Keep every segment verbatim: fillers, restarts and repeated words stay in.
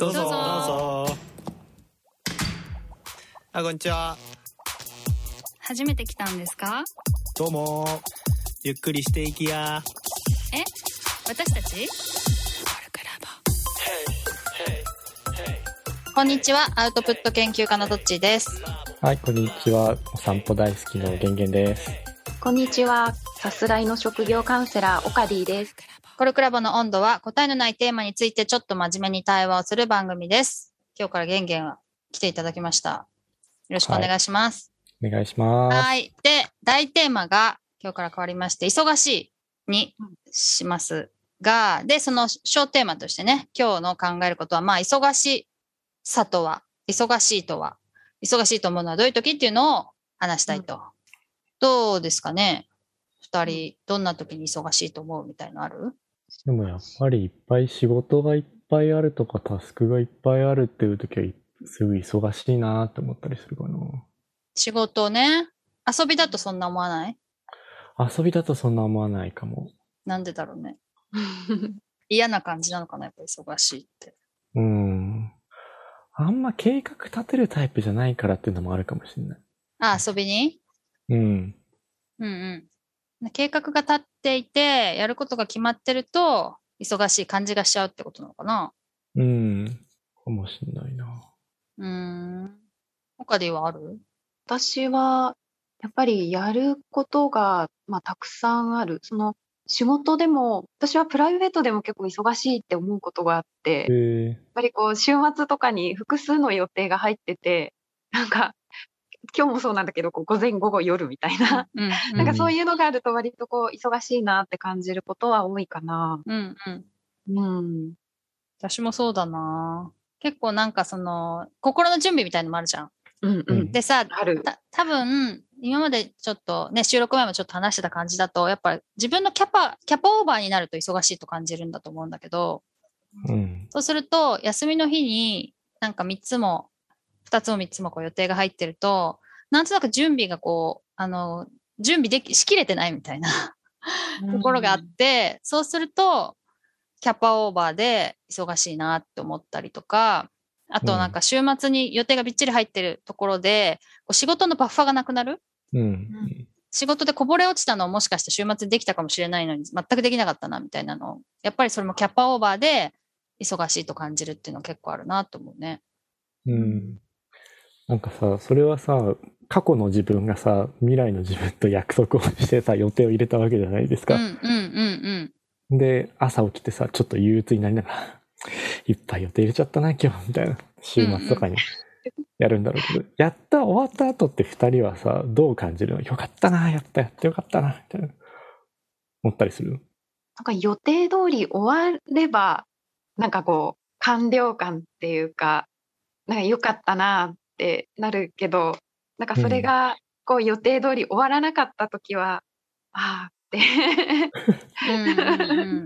どうぞどうぞ。 どうぞ。あ、こんにちは。 初めて来たんですか？ どうも。ゆっくりしていきや。 え、私たち？こんにちは、アウトプット研究家のどっちーです。 はい、こんにちは。お散歩大好きのゲンゲンです。 こんにちは、さすらいの職業カウンセラーオカディです。 コルクラボの温度は答えのないテーマについてちょっと真面目に対話をする番組です。今日からゲンゲンは来ていただきました。よろしくお願いします。 はい、お願いします。 はい。で、大テーマが今日から変わりまして、忙しいにしますが、で、その小テーマとしてね、今日の考えることは、まあ、忙しさとは、忙しいとは、忙しいと思うのはどういう時っていうのを話したいと。うん、どうですかね？二人、どんな時に忙しいと思うみたいのある？ でもやっぱりいっぱい仕事がいっぱいあるとかタスクがいっぱいあるっていう時はすぐ忙しいなって思ったりするかな。 仕事ね。遊びだとそんな思わない？ 遊びだとそんな思わないかも。 なんでだろうね。嫌な感じなのかな、やっぱり忙しいって。 うん。あんま計画立てるタイプじゃないからっていうのもあるかもしれない。 あ、遊びに？ うん。 うんうん。計画が立っていて、やることが決まってると、忙しい感じがしちゃうってことなのかな？ うん。かもしれないな。 うーん。他ではある？ 私は、やっぱりやることが、まあ、たくさんある。その、仕事でも、私はプライベートでも結構忙しいって思うことがあって、やっぱりこう、週末とかに複数の予定が入ってて、なんか、今日もそうなんだけど、こう午前午後夜みたいな、うんうん、なんかそういうのがあると割とこう忙しいなって感じることは多いかな。 うんうん。 うん。 私もそうだな。結構なんかその心の準備みたいのもあるじゃん。 うんうん。 でさ、 ある。 た多分今までちょっとね収録前もちょっと話してた感じだとやっぱり自分のキャパキャパオーバーになると忙しいと感じるんだと思うんだけど、 うん、 そうすると休みの日になんかみっつもふたつもみっつもこう予定が入ってると、なんとなく準備がこう、あの、準備でき、しきれてないみたいなところがあって、そうすると、キャパオーバーで忙しいなって思ったりとか、あとなんか週末に予定がびっちり入ってるところで、こう仕事のバッファがなくなる、 うん、 仕事でこぼれ落ちたのをもしかして週末にできたかもしれないのに全くできなかったなみたいなのを、やっぱりそれもキャパオーバーで忙しいと感じるっていうのは結構あるなと思うね。 うん。なんかさ、それはさ、過去の自分がさ、未来の自分と約束をしてさ、予定を入れたわけじゃないですか。 うんうんうんうん。で、朝起きてさ、ちょっと憂鬱になりながら、いっぱい予定入れちゃったな、今日、みたいな。週末とかにやるんだろうけど、うんうん、やった、終わった後って二人はさ、どう感じるの？よかったな、やった、やってよかったな、みたいな。思ったりする？ なんか予定通り終われば、なんかこう、完了感っていうか、なんか良かったなってなるけど、なんかそれがこう予定通り終わらなかった時は、うん、ああってうん、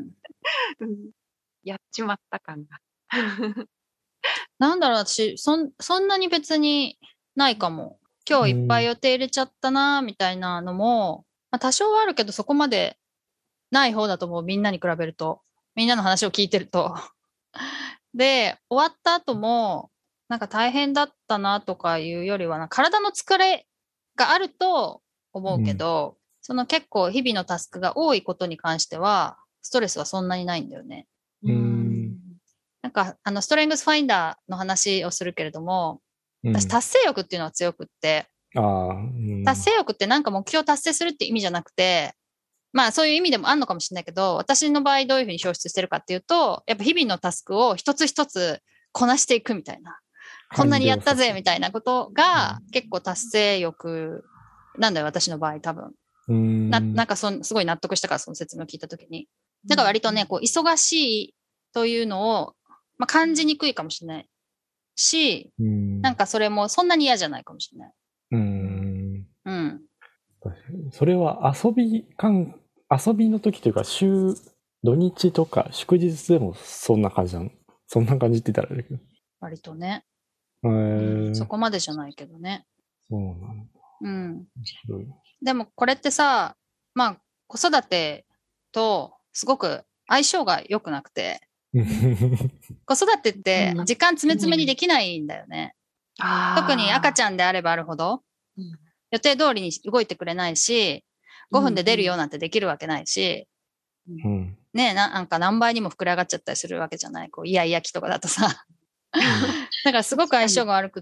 やっちまった感が。 なんだろう、私そん、そんなに別にないかも。今日いっぱい予定入れちゃったなみたいなのも、まあ、多少はあるけどそこまでない方だと思う。みんなに比べると。みんなの話を聞いてると。で、終わった後も、なんか大変だったなとかいうよりはな、体の疲れがあると思うけど、うん、その結構日々のタスクが多いことに関しては、ストレスはそんなにないんだよね。 うん。 なんか、あの、ストレングスファインダーの話をするけれども、私、達成欲っていうのは強くって、 うん、 達成欲ってなんか目標達成するって意味じゃなくて、まあそういう意味でもあんのかもしれないけど、私の場合どういうふうに表出してるかっていうと、やっぱ日々のタスクを一つ一つこなしていくみたいな。こんなにやったぜみたいなことが結構達成欲なんだよ、私の場合多分。 うんな, なんかそすごい納得したからその説明を聞いたときに。だから割とね、こう忙しいというのを、まあ、感じにくいかもしれないし、なんかそれもそんなに嫌じゃないかもしれない。 うん。 うん。 それは遊び感、遊びの時というか週、土日とか祝日でもそんな感じなの？そんな感じって言ったらあれだけど。 割とね。 へー、 そこまでじゃないけどね。 そうなんだ。 うん。 面白い。 でもこれってさ、まあ子育てとすごく相性が良くなくて、 子育てって時間詰め詰めにできないんだよね。うん、特に赤ちゃんであればあるほど、うん、予定通りに動いてくれないし、ごふんで出るよなんてできるわけないし、うん、ねえ、なんか何倍にも膨れ上がっちゃったりするわけじゃない。こうイヤイヤ期とかだとさ。だからすごく相性が悪くって、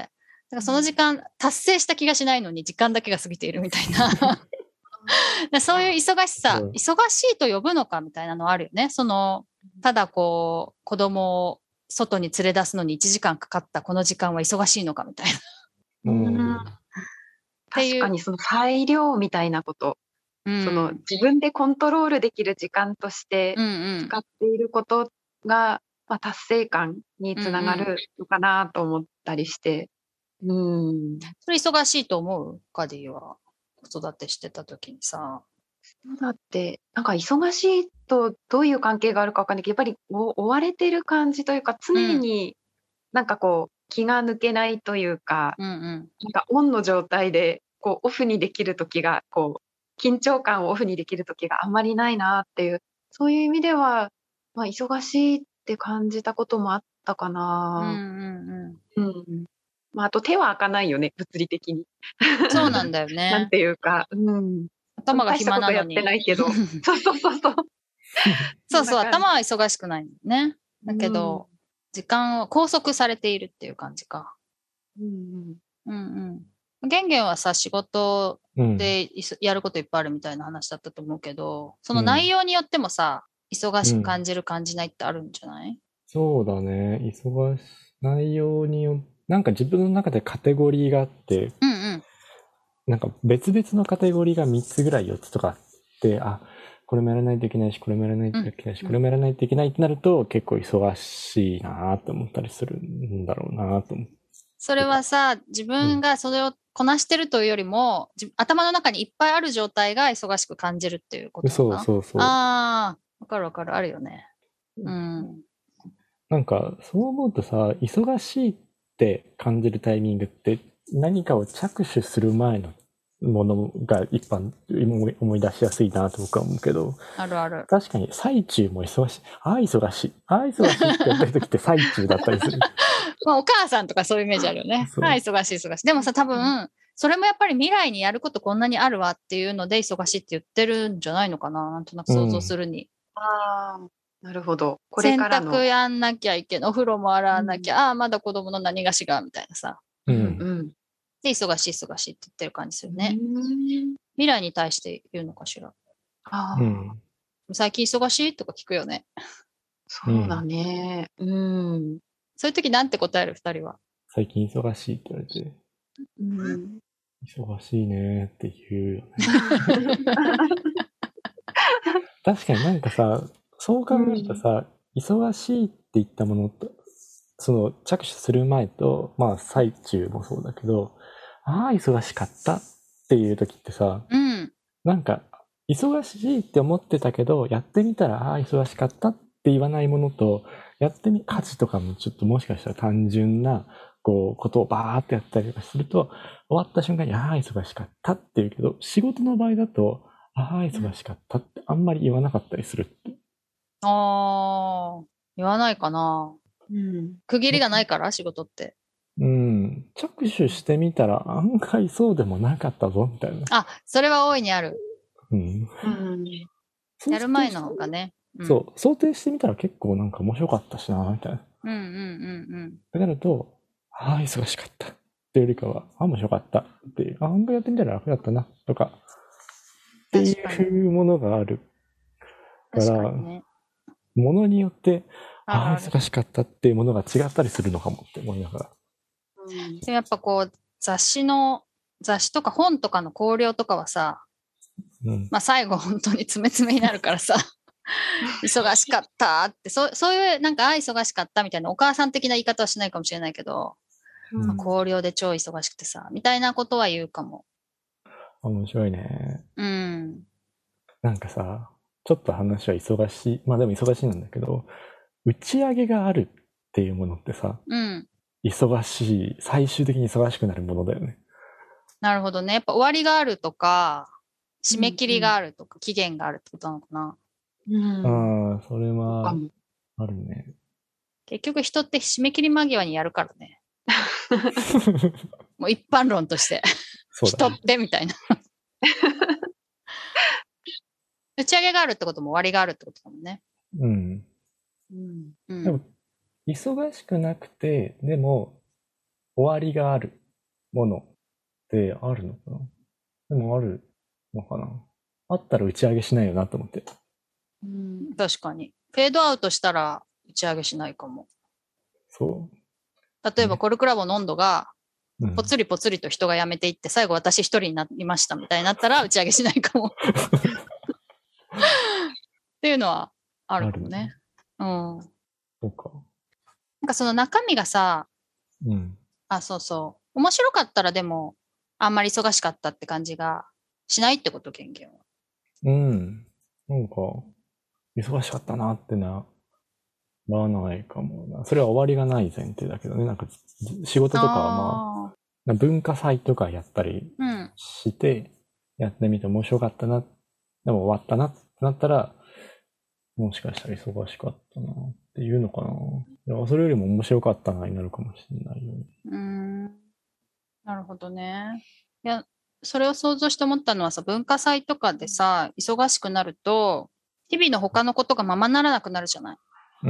だからその時間達成した気がしないのに時間だけが過ぎているみたいな。そういう忙しさ、忙しいと呼ぶのかみたいなのあるよね。その、ただこう、子供を外に連れ出すのにいちじかんかかったこの時間は忙しいのかみたいな。 うん、確かにその裁量みたいなこと、うん、その自分でコントロールできる時間として使っていることが、まあ、達成感につながるのかなと思ったりして。うん、うん、 それ忙しいと思う？カディは子育てしてた時にさ。 だってなんか忙しいとどういう関係があるか分かんないけど、やっぱり追われてる感じというか、常になんかこう気が抜けないというか、うんうん、なんかオンの状態でこうオフにできる時が、こう緊張感をオフにできる時があんまりないなっていう、そういう意味では、まあ、忙しいって感じたこともあったかな。うんうんうん。まあ、あと手は開かないよね、物理的に。 そうなんだよね。 なんていうか、うん。 頭が暇なのに。 大したことやってないけど。そうそうそうそう。 そうそう、頭は忙しくないね。だけど、うん、時間は拘束されているっていう感じか。うんうん。うんうん。ゲンゲンはさ、仕事でやることいっぱいあるみたいな話だったと思うけど、その内容によってもさ、忙しく感じる感じないってあるんじゃない？うん、 そうだね。忙しい。内容によって、なんか自分の中でカテゴリーがあって、うんうん、なんか別々のカテゴリーがみっつぐらいよっつとかあって、あ、これもやらないといけないし、これもやらないといけないし、うん、これもやらないといけないってなると結構忙しいなって思ったりするんだろうなと思って。 それはさ、自分がそれをこなしてるというよりも、うん、頭の中にいっぱいある状態が忙しく感じるっていうことかな。 そうそうそう。 ああ、わかるわかる、あるよね。うん。 なんか、そう思うとさ、忙しいって感じるタイミングって何かを着手する前のものが一般思い出しやすいなと僕は思うけど。 あるある。 確かに最中も忙しい。ああ忙しい。ああ忙しいってやってる時って最中だったりする。 まあお母さんとかそういうイメージあるよね。ああ忙しい忙しい。でもさ多分、それもやっぱり未来にやることこんなにあるわっていうので忙しいって言ってるんじゃないのかな。なんとなく想像するに。 うん、ああ。なるほど。 これからの洗濯やんなきゃいけない。お風呂も洗わなきゃ。うん、ああ、まだ子供の何がしが、みたいなさ。うんうん。で、忙しい忙しいって言ってる感じするね。未来に対して言うのかしら。ああ、うん。最近忙しいとか聞くよね。 そうだね。うん。 そういう時なんて答える二人は。 最近忙しいって言われて。うん、忙しいねって言うよね。確かになんかさ、そう考えるとさ、うん、忙しいって言ったものと、その着手する前と、まあ最中もそうだけど、ああ、忙しかったっていう時ってさ、うん、なんか、忙しいって思ってたけど、やってみたら、ああ、忙しかったって言わないものと、やってみ、家事とかもちょっともしかしたら単純な、こう、ことをバーってやったりとかすると、終わった瞬間に、ああ、忙しかったって言うけど、仕事の場合だと、ああ、忙しかったってあんまり言わなかったりするって。 ああ、言わないかな。うん。区切りがないから仕事って。 うん。着手してみたら案外そうでもなかったぞ、みたいな。 あ、それは大いにある。 うん。 うん、やる前の方がね、 うん。そう。想定してみたら結構なんか面白かったしな、みたいな。うんうんうんうん。だからと、ああ、忙しかったっていうよりかは、ああ、面白かったっていう、ああ、案外やってみたら楽だったな、とか。っていうものがあるから、ね、ものによって、ああ、忙しかったっていうものが違ったりするのかもって思いながら。 うん、でやっぱこう、雑誌の、雑誌とか本とかの考慮とかはさ、うん、まあ最後本当に詰め詰めになるからさ、忙しかったって、そう、そういうなんか、ああ、忙しかったみたいなお母さん的な言い方はしないかもしれないけど、うん、まあ、考慮で超忙しくてさ、みたいなことは言うかも。 面白いね。うん。なんかさ、ちょっと話は忙しい、まあでも忙しいなんだけど、打ち上げがあるっていうものってさ、うん、忙しい、最終的に忙しくなるものだよね。 なるほどね。やっぱ終わりがあるとか、締め切りがあるとか、うんうん、期限があるってことなのかな。 うん、ああ、それはあるね。 結局人って締め切り間際にやるからね。もう一般論として。 そうだね、 人ってみたいな。打ち上げがあるってことも終わりがあるってことだもんね。 うん。うん、でも、忙しくなくて、でも、終わりがあるものってあるのかな？でもあるのかな？あったら打ち上げしないよなと思って。 うん、確かに。フェードアウトしたら打ち上げしないかも。 そう。 例えばコルクラボの温度が、ぽつりぽつりと人が辞めていって、最後私一人になりましたみたいになったら打ち上げしないかも。っていうのはあるかもね。うん。 そうか。 なんかその中身がさ、 うん。あ、 そうそう。面白かったらでも、あんまり忙しかったって感じがしないってこと、権限は。 うん。なんか、忙しかったなってな、ならないかもな。それは終わりがない前提だけどね。なんか、仕事とかはまあ、文化祭とかやったりして、やってみて面白かったな、でも終わったなってなったら、もしかしたら忙しかったなっていうのかな。いや、それよりも面白かったなになるかもしれないよね。 うーん。なるほどね。いや、それを想像して思ったのはさ、文化祭とかでさ、忙しくなると、日々の他のことがままならなくなるじゃない。 うんうん。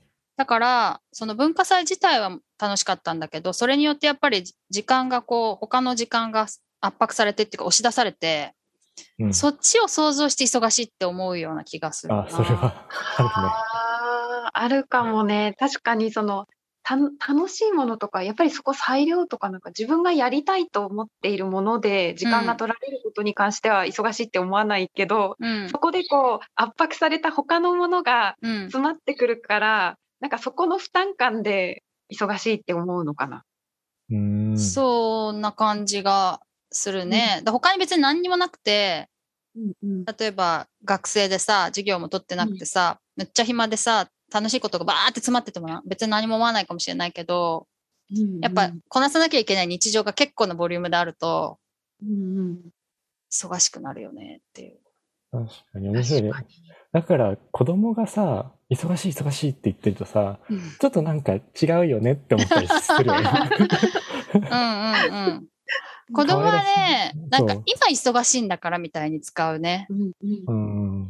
だから、その文化祭自体は楽しかったんだけど、それによってやっぱり時間がこう、他の時間が圧迫されてっていうか押し出されて、うん、そっちを想像して忙しいって思うような気がするな。 あ、それはあるね。 ああるかもね。確かにそのた楽しいものとか、やっぱりそこ裁量とかなんか自分がやりたいと思っているもので時間が取られることに関しては忙しいって思わないけど、うん、そこでこう圧迫された他のものが詰まってくるから、うん、なんかそこの負担感で忙しいって思うのかな。 うーん、 そんな感じがするね。うん、他に別に何にもなくて、うんうん、例えば学生でさ、授業も取ってなくてさ、うん、めっちゃ暇でさ、楽しいことがバーって詰まってても別に何も思わないかもしれないけど、うんうん、やっぱこなさなきゃいけない日常が結構なボリュームであると、うんうん、忙しくなるよねっていう。 確かに面白いね。だから子供がさ、忙しい忙しいって言ってるとさ、うん、ちょっとなんか違うよねって思ったりするよね。 うんうんうん。子供はね、なんか今忙しいんだからみたいに使うね。うん、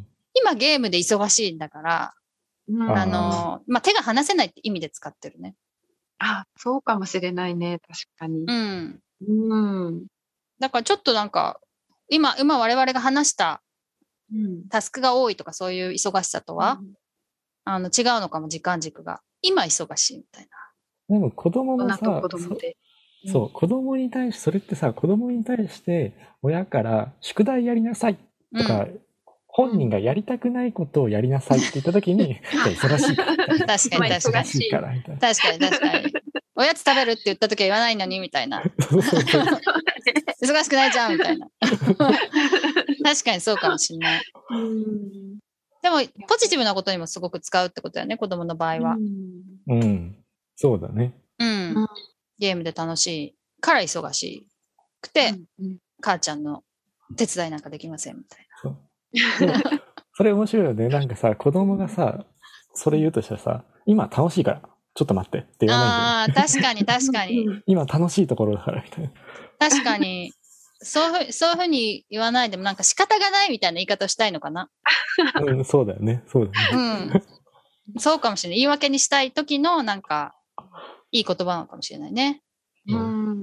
今ゲームで忙しいんだから、うん、あの、まあ、手が離せないって意味で使ってるね。 あ、そうかもしれないね、確かに。 うん。うん。だからちょっとなんか、今、今我々が話したタスクが多いとかそういう忙しさとは、うん、あの違うのかも、時間軸が。今忙しいみたいな。でも子供のさ、子供でそ, そう、子供に対して、それってさ、子供に対して親から宿題やりなさいとか、うん、本人がやりたくないことをやりなさいって言ったときに、忙しいから。 確かに確かに。確かに確かに。おやつ食べるって言ったときは言わないのにみたいな。忙しくないじゃんみたいな。確かにそうかもしれない。でも、ポジティブなことにもすごく使うってことだよね、子供の場合は。 うん。うん、そうだね。 うん。ゲームで楽しいから忙しくて、うんうん、母ちゃんの手伝いなんかできませんみたいな。 そうそれ面白いよね。なんかさ、子供がさ、それ言うとしたらさ、今楽しいからちょっと待ってって言わないんだよ。 ああ、確かに確かに。 今楽しいところだからみたいな。 確かに。そういう、そういうふうに言わないでもなんか仕方がないみたいな言い方をしたいのかな。 うん、そうだよね。そうだよね。うん。そうかもしれない。言い訳にしたい時のなんか、いい言葉なのかもしれないね。うん。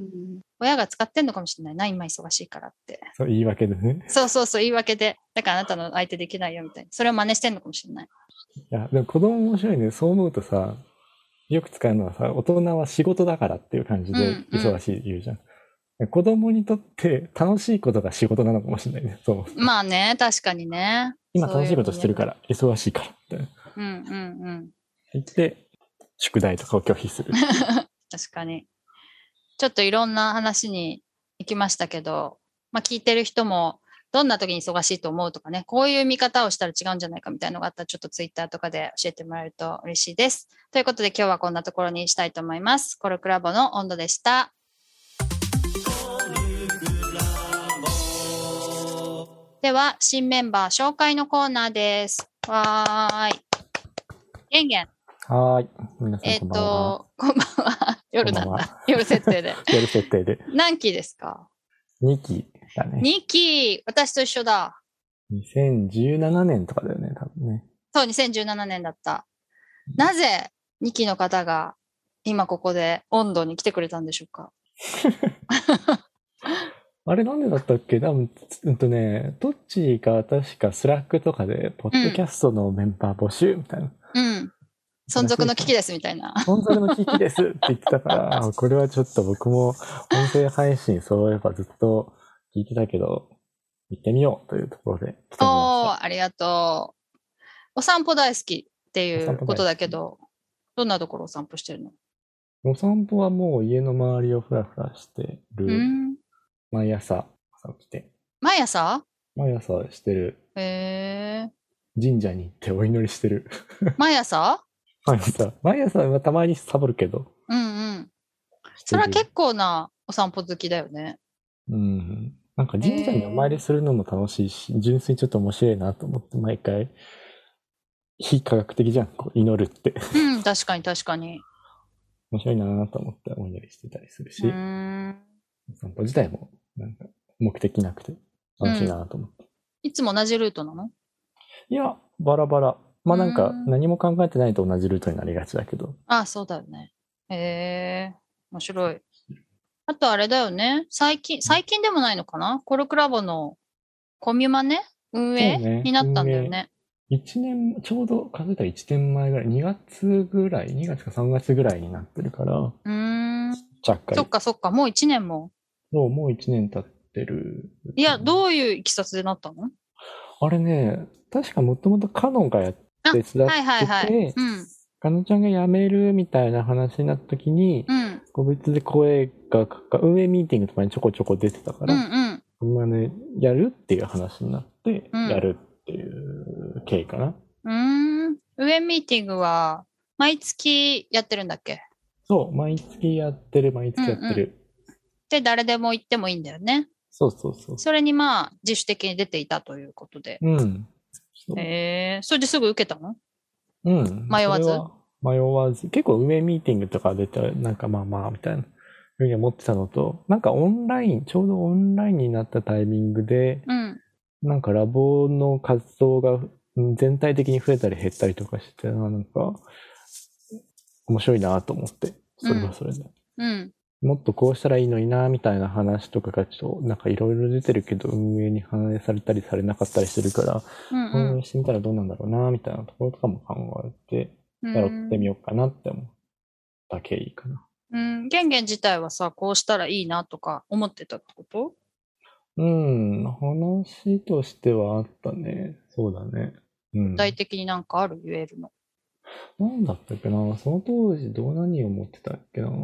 親が使ってんのかもしれないな、今忙しいからって。 そう、言い訳でね。 そうそうそう、言い訳で。だからあなたの相手できないよみたいな。それを真似してんのかもしれない。 いや、でも子供面白いね。そう思うとさ、よく使うのはさ、大人は仕事だからっていう感じで忙しい言うじゃん。うんうん、子供にとって楽しいことが仕事なのかもしれないね。そう。 まあね、確かにね。 今楽しいことしてるから、忙しいからみたいな。 うんうんうん。 言って、宿題とかを拒否する。 確かに。ちょっといろんな話に行きましたけど、まあ聞いてる人もどんな時に忙しいと思うとかね、こういう見方をしたら違うんじゃないかみたいなのがあったらちょっとツイッターとかで教えてもらえると嬉しいです。ということで今日はこんなところにしたいと思います。コルクラボの温度でした。では新メンバー紹介のコーナーです。わーい。 ゲンゲン。 はーい。皆さんえっ、 こんばんは。 と、こんばんは。夜なんこんばんだ。夜設定で。 夜設定で。 何期ですか？ にきだね。 にき。私と一緒だ。 にせんじゅうななねんとかだよね、多分ね。 そう、にせんじゅうななねんだった。なぜにきの方が今ここで温度に来てくれたんでしょうか？ あれなんでだったっけ？多分、うんとね、トッチーが確かスラックとかで、ポッドキャストのメンバー募集みたいな。 うん。存続の危機ですみたいな。 存続の危機ですって言ってたから、これはちょっと僕も音声配信そういえばずっと聞いてたけど、行ってみようというところで来てみました。 おー、ありがとう。お散歩大好きっていうことだけど、どんなところお散歩してるの？ お散歩はもう家の周りをふらふらしてる。 うん。 毎朝、朝起きて。 毎朝？ 毎朝してる。 へー。 神社に行ってお祈りしてる。 毎朝？ 毎朝。毎朝はたまにサボるけど。 うんうん。それは結構なお散歩好きだよね。 うん。なんか神社にお参りするのも楽しいし、純粋にちょっと面白いなと思って毎回、非科学的じゃん、こう祈るって。 うん、確かに確かに。 面白いなと思ってお祈りしてたりするし、 うーん。 散歩自体もなんか目的なくて楽しいなと思って、うん。 いつも同じルートなの？ いや、バラバラ。まあなんか何も考えてないと同じルートになりがちだけど。 ああ、そうだよね。へえ、面白い。あとあれだよね。最近、最近でもないのかな？コルクラボのコミュマネ運営、ね、になったんだよね。 一年、ちょうど数えたらいちねんまえぐらい、にがつぐらい、にがつかさんがつぐらいになってるから。 うーん。 ちゃっかり。 そっかそっか、もういちねんも。 そう、もういちねん経ってる。 いや、どういういきさつでなったの？ あれね、確かもともとカノンがやって手伝ってて、はいはいはい、うん、カノちゃんが辞めるみたいな話になった時に、うん、個別で声がかか、運営ミーティングとかにちょこちょこ出てたから、うんうん、まあね、やるっていう話になって、うん、やるっていう経緯かな。 うーん。運営ミーティングは、毎月やってるんだっけ？ そう、毎月やってる、毎月やってる。うんうん、 で、誰でも行ってもいいんだよね。 そうそうそう。 それにまあ、自主的に出ていたということで。 うん。 へえー、それですぐ受けたの？ うん。 迷わず迷わず。結構運営ミーティングとか出て、なんかまあまあ、みたいなふうに思ってたのと、なんかオンライン、ちょうどオンラインになったタイミングで、うん、なんかラボの活動が全体的に増えたり減ったりとかして、なんか、面白いなと思って、それはそれで。うん。うんもっとこうしたらいいのになみたいな話とかがちょっとなんかいろいろ出てるけど運営に反映されたりされなかったりしてるから、うんうん、運営してみたらどうなんだろうなみたいなところとかも考えてやってみようかなって思った経緯かな。 うん、ゲンゲン自体はさ、こうしたらいいなとか思ってたってこと？ うん、話としてはあったね。そうだね。 うん、具体的になんかある言えるの？ なんだったっけなその当時どう何を思ってたっけな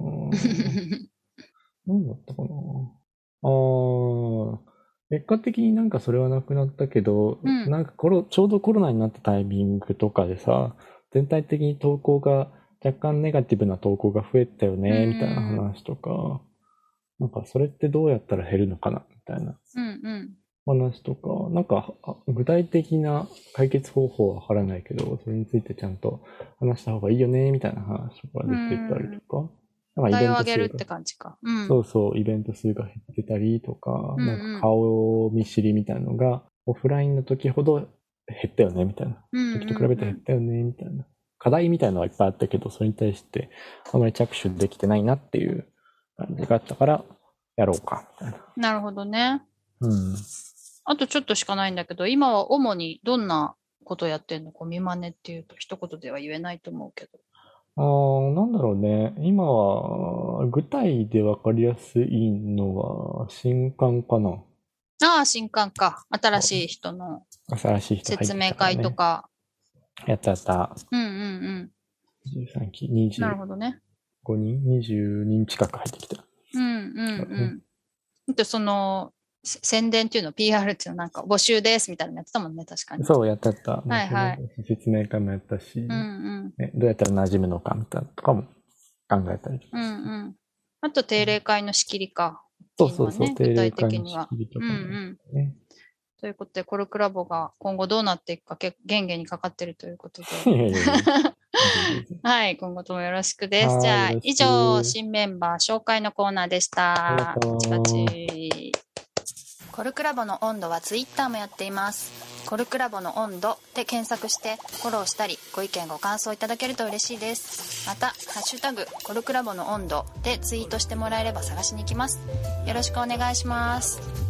なんだったかなあー、結果的になんかそれはなくなったけど、うん、なんかコロちょうどコロナになったタイミングとかでさ、全体的に投稿が、若干ネガティブな投稿が増えたよね、みたいな話とか、なんかそれってどうやったら減るのかな、みたいな話とか、なんか具体的な解決方法はわからないけど、それについてちゃんと話した方がいいよね、みたいな話とか出てたりとか、 なんかイベント数が上げるって感じか、 うん。そうそう、イベント数が減ってたりとか、うんうん、なんか顔見知りみたいなのが、オフラインの時ほど減ったよね、みたいな。うんうんうん、時と比べて減ったよね、みたいな。課題みたいなのはいっぱいあったけど、それに対してあまり着手できてないなっていう感じがあったから、やろうか、みたいな。 なるほどね。 うん。 あとちょっとしかないんだけど、今は主にどんなことやってんの？コミマネっていうと一言では言えないと思うけど。 ああ、なんだろうね。今は、具体でわかりやすいのは、新刊かな。 ああ、新刊か。新しい人の。 新しい人入ってきた、ね、 説明会とか。 やったやった。 うんうんうん。 じゅうさんき、にじゅうなるほどね。 ごにん、にじゅうにん近く入ってきた。 うんうんうん。あとその、宣伝っていうの、ピーアール っていうのなんか募集ですみたいなのやってたもんね、確かに。 そう、やったやった。 はいはい。 説明会もやったし、 うんうんね、どうやったら馴染むのかみたいなとかも考えたりとか。 うんうん。あと定例会の仕切りか、 ね。そうそうそう、 具体的には。 定例会の仕切りとか、ね。 うんうん。 ということで、コルクラボが今後どうなっていくか、結構元気にかかってるということで。 いやいやいやはい、今後ともよろしくです。じゃあ、以上、新メンバー紹介のコーナーでした。パチパチ。コルクラボの温度はツイッターもやっています。コルクラボの温度で検索してフォローしたり、ご意見ご感想いただけると嬉しいです。またハッシュタグコルクラボの温度でツイートしてもらえれば探しに行きます。よろしくお願いします。